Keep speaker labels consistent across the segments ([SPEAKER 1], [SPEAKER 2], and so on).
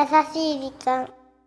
[SPEAKER 1] しい時間。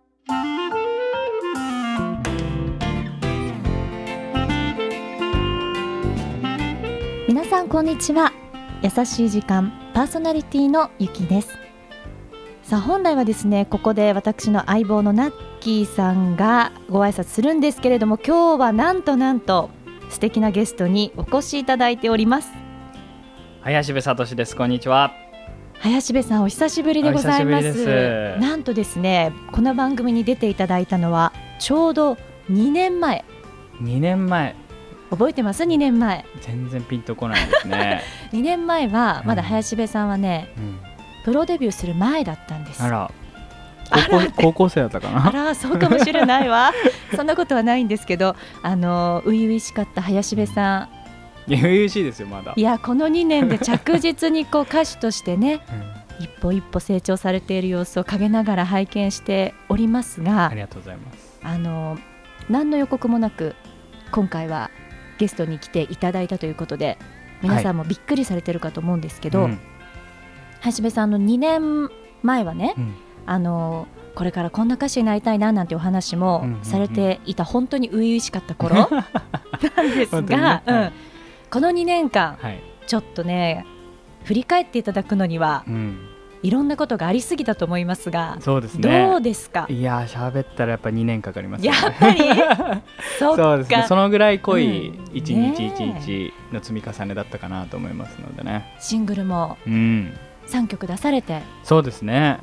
[SPEAKER 2] 皆さんこんにちは。優しい時間パーソナリティのゆきです。さあ本来はですね、ここで私の相棒のナッキーさんがご挨拶するんですけれども、今日はなんと素敵なゲストにお越しいただいております。
[SPEAKER 3] 林部聡です。こんにちは。
[SPEAKER 2] 林部さんお久しぶりでございます。
[SPEAKER 3] お久しぶりです。
[SPEAKER 2] なんとですね、この番組に出ていただいたのはちょうど2年前。
[SPEAKER 3] 2年前
[SPEAKER 2] 覚えてます？2年前
[SPEAKER 3] 全然ピンとこないですね
[SPEAKER 2] 2年前はまだ林部さんはね、プロデビューする前だったんです。
[SPEAKER 3] あら、高校生だったかな。
[SPEAKER 2] あら、そうかもしれないわそんなことはないんですけど、初々しかった林部さん、
[SPEAKER 3] 初々しいですよまだ。
[SPEAKER 2] いや、この2年で着実にこう歌手としてね、一歩一歩成長されている様子を陰ながら拝見しておりますが、
[SPEAKER 3] ありがとうございます。
[SPEAKER 2] 何の予告もなく今回はゲストに来ていただいたということで、皆さんもびっくりされてるかと思うんですけど、林部さんの2年前はね、これからこんな歌手になりたいななんてお話もされていた、本当に初々しかった頃なんですが、この2年間、ちょっとね振り返っていただくのには、いろんなことがありすぎたと思いますが、
[SPEAKER 3] そうですね、
[SPEAKER 2] どうですか？
[SPEAKER 3] いや喋ったらやっぱ2年かかりますね。
[SPEAKER 2] やっぱり
[SPEAKER 3] そうですね、そのぐらい濃い一
[SPEAKER 2] ね
[SPEAKER 3] 日一日の積み重ねだったかなと思いますのでね。
[SPEAKER 2] シングルも3曲出されて、
[SPEAKER 3] そうですね、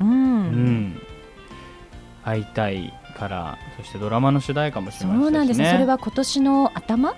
[SPEAKER 3] 会いたいから、そしてドラマの主題歌もしましたしね。
[SPEAKER 2] そうなんですね。それは今年の頭、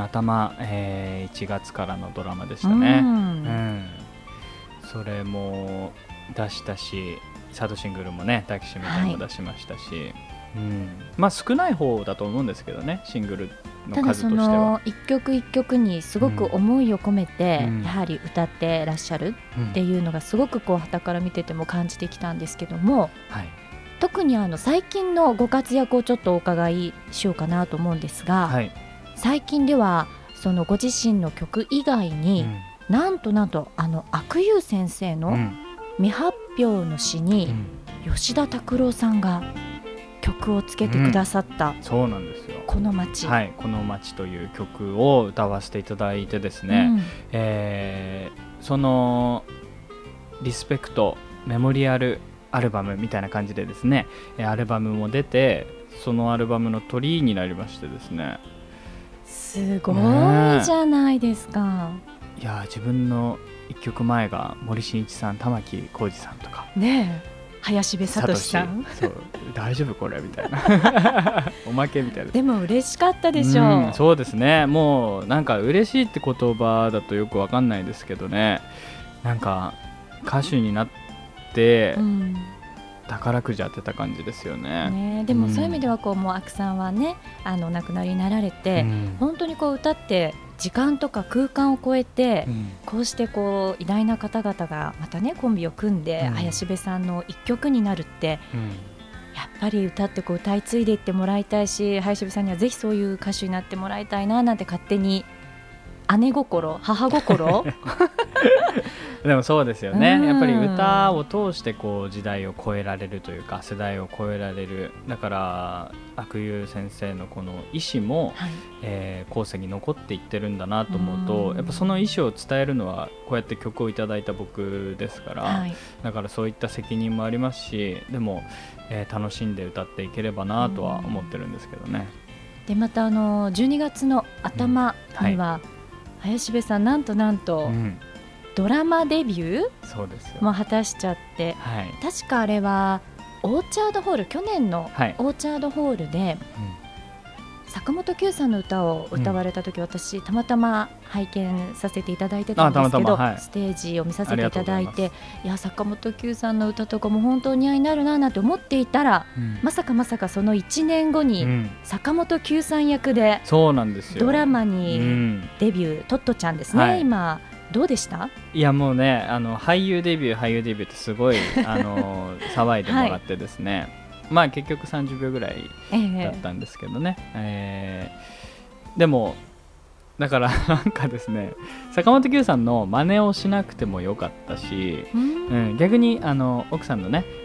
[SPEAKER 3] 1月からのドラマでしたね。それも出したし、サードシングルもね、抱きしめたも出しましたし、まあ少ない方だと思うんですけどね、シングルの数としては。ただその
[SPEAKER 2] 一曲一曲にすごく思いを込めて、やはり歌ってらっしゃるっていうのがすごくこう傍から見てても感じてきたんですけども、特に最近のご活躍をちょっとお伺いしようかなと思うんですが、最近ではそのご自身の曲以外に、なんと阿久悠先生の未発表の詩に吉田拓郎さんが曲をつけてくださった、
[SPEAKER 3] そうなんですよ。
[SPEAKER 2] この街、
[SPEAKER 3] この街という曲を歌わせていただいてですね、そのリスペクトメモリアルアルバムみたいな感じでですね、アルバムも出て、そのアルバムのトリになりましてですね。
[SPEAKER 2] すごいじゃないですか。
[SPEAKER 3] いや、自分の1曲前が森進一さん、玉置浩二さんとか
[SPEAKER 2] ねえ、林部聡さん、
[SPEAKER 3] そう大丈夫これみたいなおまけみたいな。
[SPEAKER 2] でも嬉しかったでしょう。
[SPEAKER 3] そうですね、もうなんか嬉しいって言葉だとよくわかんないですけどね、なんか歌手になって、宝くじ当てた感じですよね。
[SPEAKER 2] でもそういう意味ではこう、もう阿久さんはね、お亡くなりになられて、本当にこう歌って時間とか空間を超えて、こうしてこう偉大な方々がまたねコンビを組んで、林部さんの一曲になるって、やっぱり歌ってこう歌い継いでいってもらいたいし、林部さんにはぜひそういう歌手になってもらいたいななんて勝手に姉心母心
[SPEAKER 3] でもそうですよね、やっぱり歌を通してこう時代を超えられるというか、世代を超えられる。だから阿久悠先生のこの意思も、後世に残っていってるんだなと思うと、やっぱその意思を伝えるのはこうやって曲をいただいた僕ですから、だからそういった責任もありますし、でも、楽しんで歌っていければなとは思ってるんですけどね。
[SPEAKER 2] でまた12月の頭には、林部さんなんとドラマデビューも果たしちゃって、確かあれはオーチャードホール、去年のオーチャードホールで、坂本九さんの歌を歌われた時、私たまたま拝見させていただいてたんですけど、ステージを見させていただいて、いや坂本九さんの歌とかも本当に似合いになるななんて思っていたら、まさかその1年後に坂本九さん役でドラマにデビュー、トットちゃんですね、今どうでした？
[SPEAKER 3] いやもうね、俳優デビューってすごい騒いでもらってですね、まあ結局30秒ぐらいだったんですけどね、でもだからなんかですね、坂本九さんの真似をしなくてもよかったし、逆に奥さんのね、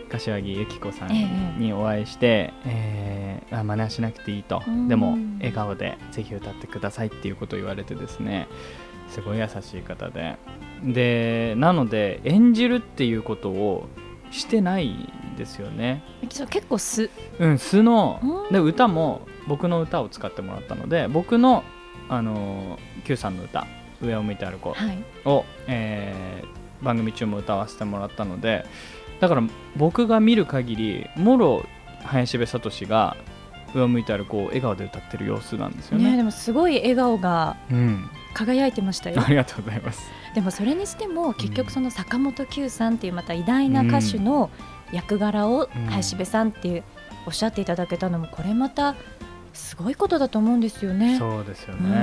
[SPEAKER 3] 柏木由紀子さんにお会いして、真似はしなくていいと、でも笑顔でぜひ歌ってくださいっていうことを言われてですね、すごい優しい方で、なので演じるっていうことをしてないんですよね。
[SPEAKER 2] 結構素
[SPEAKER 3] ので、歌も僕の歌を使ってもらったので、僕のQ さんの歌上を向いて歩こうを、番組中も歌わせてもらったので、だから僕が見る限りもろ林部聡が上を向いて歩こうを笑顔で歌ってる様子なんですよ ね。
[SPEAKER 2] でもすごい笑顔が輝いてましたよ、
[SPEAKER 3] ありがとうございます。
[SPEAKER 2] でもそれにしても結局その坂本九さんっていうまた偉大な歌手の役柄を林部さんっていうおっしゃっていただけたのも、これまたすごいことだと思うんですよね。
[SPEAKER 3] そうですよね、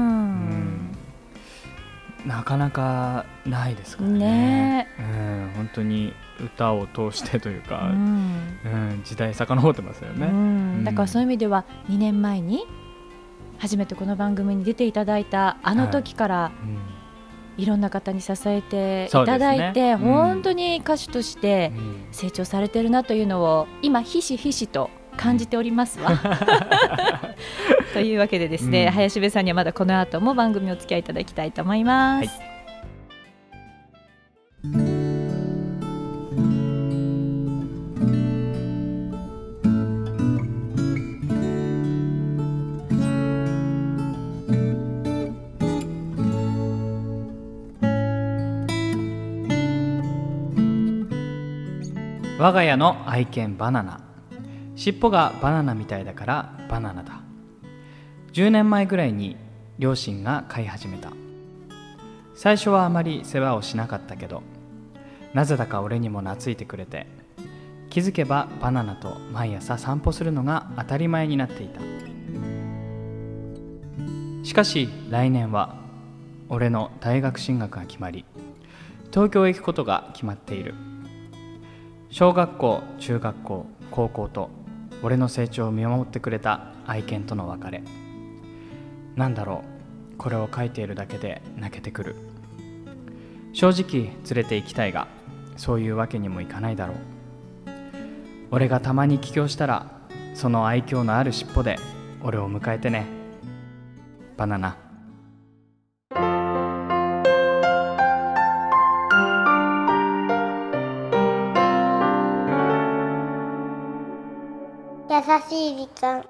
[SPEAKER 3] なかなかないですから ね、本当に歌を通してというか、時代遡ってますよね、だ
[SPEAKER 2] からそういう意味では2年前に初めてこの番組に出ていただいたあの時から、いろんな方に支えていただいて、本当に歌手として成長されてるなというのを今ひしひしと感じておりますわというわけでですね、林部さんにはまだこの後も番組お付き合いいただきたいと思います、
[SPEAKER 3] 我が家の愛犬バナナ。尻尾がバナナみたいだからバナナだ。10年前ぐらいに両親が飼い始めた。最初はあまり世話をしなかったけど、なぜだか俺にも懐いてくれて、気づけばバナナと毎朝散歩するのが当たり前になっていた。しかし来年は俺の大学進学が決まり、東京へ行くことが決まっている。小学校、中学校、高校と俺の成長を見守ってくれた愛犬との別れ。なんだろう、これを書いているだけで泣けてくる。正直連れて行きたいが、そういうわけにもいかないだろう。俺がたまに帰郷したら、その愛嬌のある尻尾で俺を迎えてね。バナナ。
[SPEAKER 1] 優しい時間。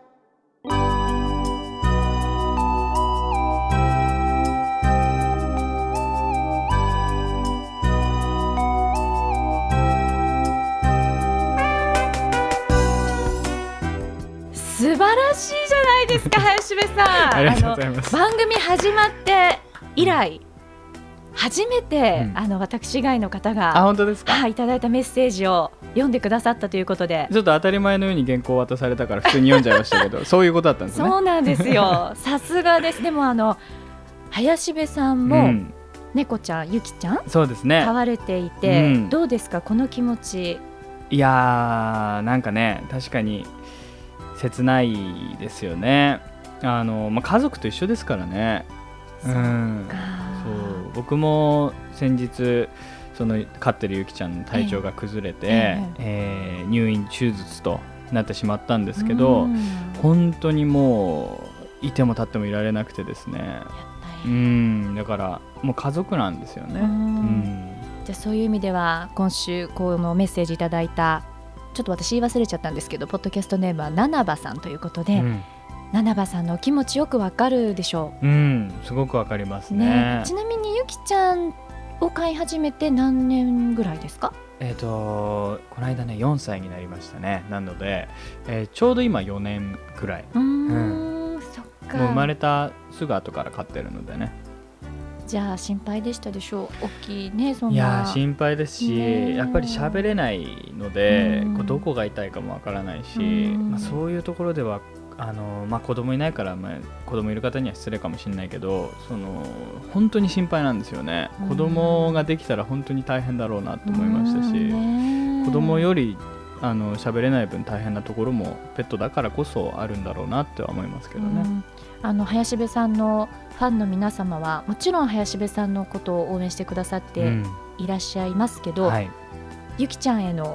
[SPEAKER 2] 素晴らしいじゃないですか林部さん
[SPEAKER 3] ありがとうございます。
[SPEAKER 2] 番組始まって以来初めて、私以外の方が
[SPEAKER 3] 本当ですか、
[SPEAKER 2] いただいたメッセージを読んでくださったということで、
[SPEAKER 3] ちょっと当たり前のように原稿を渡されたから普通に読んじゃいましたけどそういうことだったんですね。
[SPEAKER 2] そうなんですよさすがです。でも林部さんも、猫ちゃんゆきちゃん、
[SPEAKER 3] そうですね、
[SPEAKER 2] 飼われていて、どうですかこの気持ち。
[SPEAKER 3] いやなんかね、確かに切ないですよね。家族と一緒ですからね。そう僕も先日その飼ってるゆきちゃんの体調が崩れて、入院手術となってしまったんですけど、本当にもういても立ってもいられなくてですね、だからもう家族なんですよね。
[SPEAKER 2] じゃあそういう意味では今週このメッセージいただいた、ちょっと私言い忘れちゃったんですけど、ポッドキャストネームはななばさんということで、ななばさんのお気持ちよくわかるでしょう。
[SPEAKER 3] すごくわかります ね。
[SPEAKER 2] ちなみにゆきちゃんを飼い始めて何年ぐらいですか？
[SPEAKER 3] この間ね4歳になりましたね。なので、ちょうど今4年くらい。そっか。もう生まれたすぐ後から飼ってるのでね。
[SPEAKER 2] じゃあ心配でしたでしょう。大きいね、そんな。
[SPEAKER 3] いや心配ですし、やっぱり喋れないので、どこが痛いかもわからないし、そういうところでは子供いないから、子供いる方には失礼かもしれないけど、本当に心配なんですよね。子供ができたら本当に大変だろうなと思いましたし、子供より喋れない分大変なところもペットだからこそあるんだろうなっては思いますけどね。
[SPEAKER 2] 林部さんのファンの皆様はもちろん林部さんのことを応援してくださっていらっしゃいますけど、ゆきちゃんへの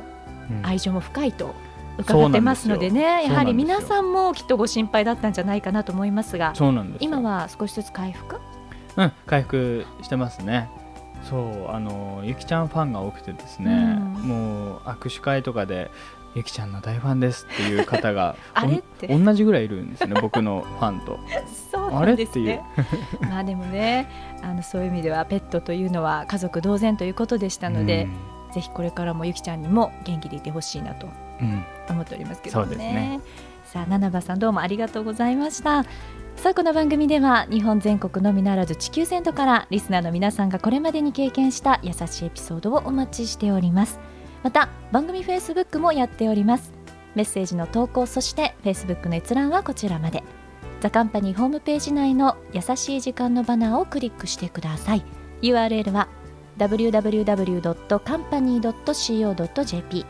[SPEAKER 2] 愛情も深いと伺ってますのでね、やはり皆さんもきっとご心配だったんじゃないかなと思いますが、今は少しずつ回復？
[SPEAKER 3] 回復してますね。そうゆきちゃんファンが多くてですね、もう握手会とかでゆきちゃんの大ファンですっていう方が
[SPEAKER 2] あれって
[SPEAKER 3] 同じぐらいいるんですね僕のファンと。
[SPEAKER 2] そうなんですね。まあでもねそういう意味ではペットというのは家族同然ということでしたので、ぜひこれからもゆきちゃんにも元気でいてほしいなと思っておりますけどね。
[SPEAKER 3] そうですね。
[SPEAKER 2] さあ七場さんどうもありがとうございました。さあこの番組では日本全国のみならず地球全土からリスナーの皆さんがこれまでに経験した優しいエピソードをお待ちしております。また番組 Facebook もやっております。メッセージの投稿、そして Facebook の閲覧はこちらまで。ザカンパニーホームページ内の優しい時間のバナーをクリックしてください。 URL は www.company.co.jp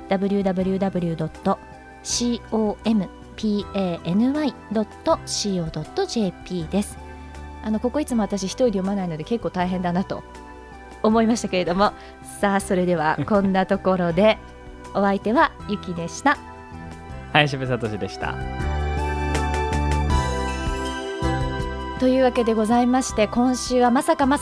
[SPEAKER 2] www.company.co.jp です。ここいつも私一人で読まないので結構大変だなと思いましたけれども、さあそれではこんなところでお相手はゆきでした。
[SPEAKER 3] 林部聡でした。
[SPEAKER 2] というわけでございまして、今週はまさかの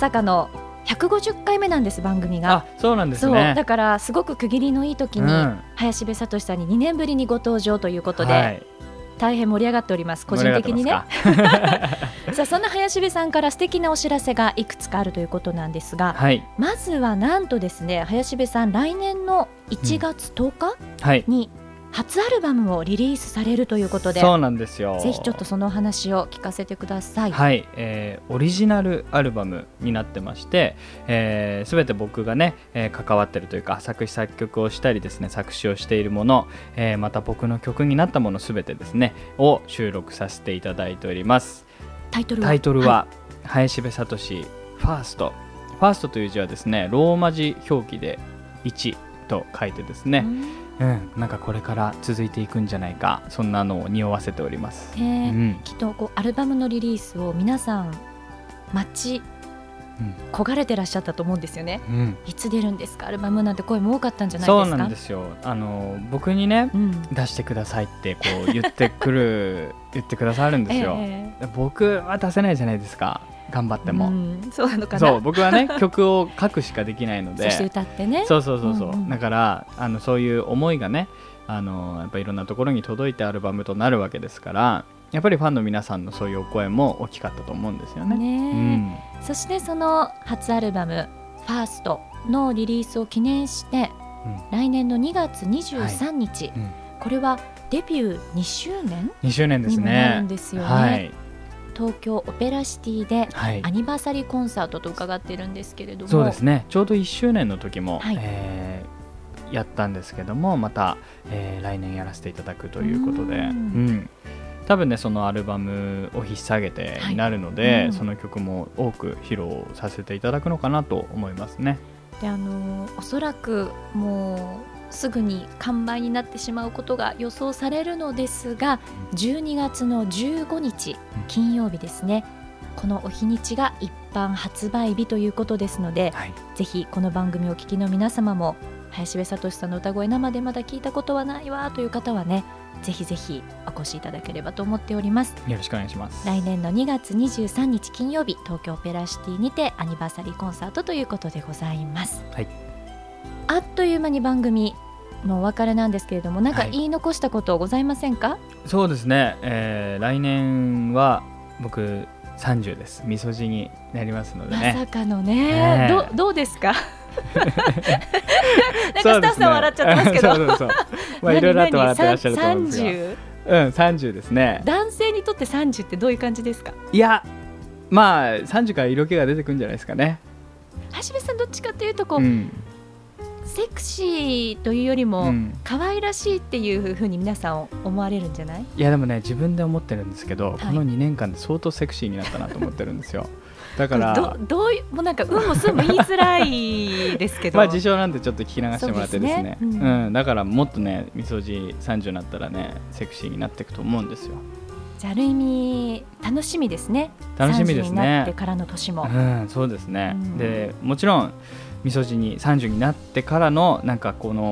[SPEAKER 2] 150回目なんです、番組が。
[SPEAKER 3] そうなんですね。
[SPEAKER 2] そうだからすごく区切りのいい時に、林部聡さんに2年ぶりにご登場ということで、大変盛り上がっております、個人的にね。さあそんな林部さんから素敵なお知らせがいくつかあるということなんですが、まずはなんとですね、林部さん来年の1月10日に初アルバムをリリースされるということで、
[SPEAKER 3] そうなんですよ。
[SPEAKER 2] ぜひちょっとそのお話を聞かせてください。
[SPEAKER 3] オリジナルアルバムになってまして、すべて僕がね、関わってるというか作詞作曲をしたりですね、作詞をしているもの、また僕の曲になったものすべてですねを収録させていただいております。タイトルは、林部聡ファースト。ファーストという字はですねローマ字表記で1と書いてですね、なんかこれから続いていくんじゃないか、そんなのを匂わせております。
[SPEAKER 2] きっとアルバムのリリースを皆さん待ち焦がれてらっしゃったと思うんですよね。いつ出るんですかアルバムなんて声も多かったんじゃないですか。
[SPEAKER 3] そうなんですよ。僕にね、出してくださいってこう言ってくださるんですよ。僕は出せないじゃないですか、頑張っても。
[SPEAKER 2] そうなのかな。
[SPEAKER 3] そう、僕はね曲を書くしかできないので
[SPEAKER 2] そして歌ってね。
[SPEAKER 3] そう、だからそういう思いがねやっぱいろんなところに届いてアルバムとなるわけですから、やっぱりファンの皆さんのそういうお声も大きかったと思うんですよね。
[SPEAKER 2] そしてその初アルバムファーストのリリースを記念して、来年の2月23日、これはデビュー2周年
[SPEAKER 3] ですね。
[SPEAKER 2] にもなるんですよね。東京オペラシティでアニバーサリーコンサートと伺っているんですけれども、
[SPEAKER 3] そうですね、ちょうど1周年の時も、やったんですけども、また、来年やらせていただくということで、多分ねそのアルバムを引っ提げてになるので、その曲も多く披露させていただくのかなと思いますね。
[SPEAKER 2] でおそらくもうすぐに完売になってしまうことが予想されるのですが、12月の15日金曜日ですね、このお日にちが一般発売日ということですので、ぜひこの番組をお聞きの皆様も林部聡さんの歌声生でまだ聞いたことはないわという方はね、ぜひぜひお越しいただければと思っております。
[SPEAKER 3] よろしくお願いします。
[SPEAKER 2] 来年の2月23日金曜日、東京オペラシティにてアニバーサリーコンサートということでございます。あっという間に番組もうお別れなんですけれども、なんか言い残したことございませんか？
[SPEAKER 3] そうですね、来年は僕30です。みそじになりますのでね。
[SPEAKER 2] まさかのね、どうですか？なんかスタッフさん笑っちゃってますけど
[SPEAKER 3] いろいろあって笑ってらっしゃると思うんですが、30ですね。
[SPEAKER 2] 男性にとって30ってどういう感じですか？
[SPEAKER 3] いや、まあ30から色気が出てくるんじゃないですかね。
[SPEAKER 2] 橋部さんどっちかというとセクシーというよりも可愛らしいっていう風に皆さん思われるんじゃない？
[SPEAKER 3] いやでもね、自分で思ってるんですけど、この2年間で相当セクシーになったなと思ってるんですよ。だから
[SPEAKER 2] どういうもうなんかもすんも言いづらいですけど
[SPEAKER 3] まあ自称なんでちょっと聞き流してもらってですね、だからもっとね、みそじ30になったらねセクシーになっていくと思うんですよ。
[SPEAKER 2] じゃあある意味楽しみですね。
[SPEAKER 3] 楽しみですね。
[SPEAKER 2] 30になってからの年も、
[SPEAKER 3] そうですね、でもちろんみそじに30になってからのなんかこの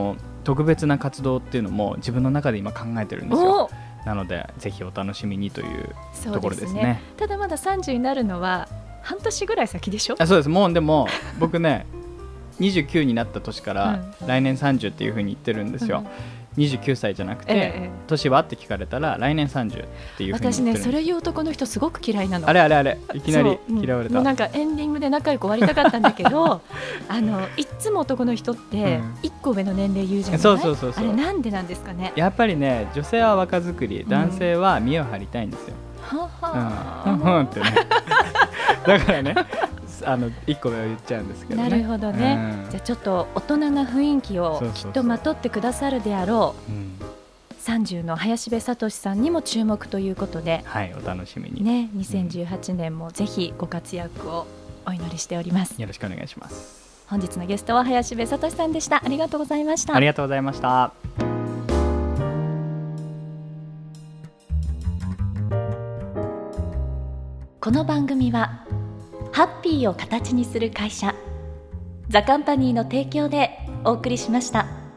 [SPEAKER 3] 特別な活動っていうのも自分の中で今考えてるんですよ。なのでぜひお楽しみにというところですね。
[SPEAKER 2] ただまだ30になるのは半年ぐらい先でしょ。
[SPEAKER 3] そうです。もうでも僕ね29になった年から来年30っていう風に言ってるんですよ。29歳じゃなくて、年はって聞かれたら来年30っていう風に言ってるんです。
[SPEAKER 2] 私ねそれ言う男の人すごく嫌いなの。
[SPEAKER 3] あれいきなり嫌われた。
[SPEAKER 2] もうなんかエンディングで仲良く終わりたかったんだけどいつも男の人って1個上の年齢言うじゃない、
[SPEAKER 3] そう
[SPEAKER 2] あれなんでなんですかね。
[SPEAKER 3] やっぱりね女性は若作り、男性は見栄を張りたいんですよ。ってねだからね1個目を言っちゃうんですけどね。
[SPEAKER 2] なるほどね、じゃあちょっと大人な雰囲気をきっとまとってくださるであろう、30の林部聡さんにも注目ということで、
[SPEAKER 3] はい、お楽しみに
[SPEAKER 2] ね。2018年もぜひご活躍をお祈りしております。
[SPEAKER 3] よろしくお願いします。
[SPEAKER 2] 本日のゲストは林部聡さんでした。ありがとうございました。
[SPEAKER 3] ありがとうございました。
[SPEAKER 2] この番組はハッピーを形にする会社ザカンパニーの提供でお送りしました。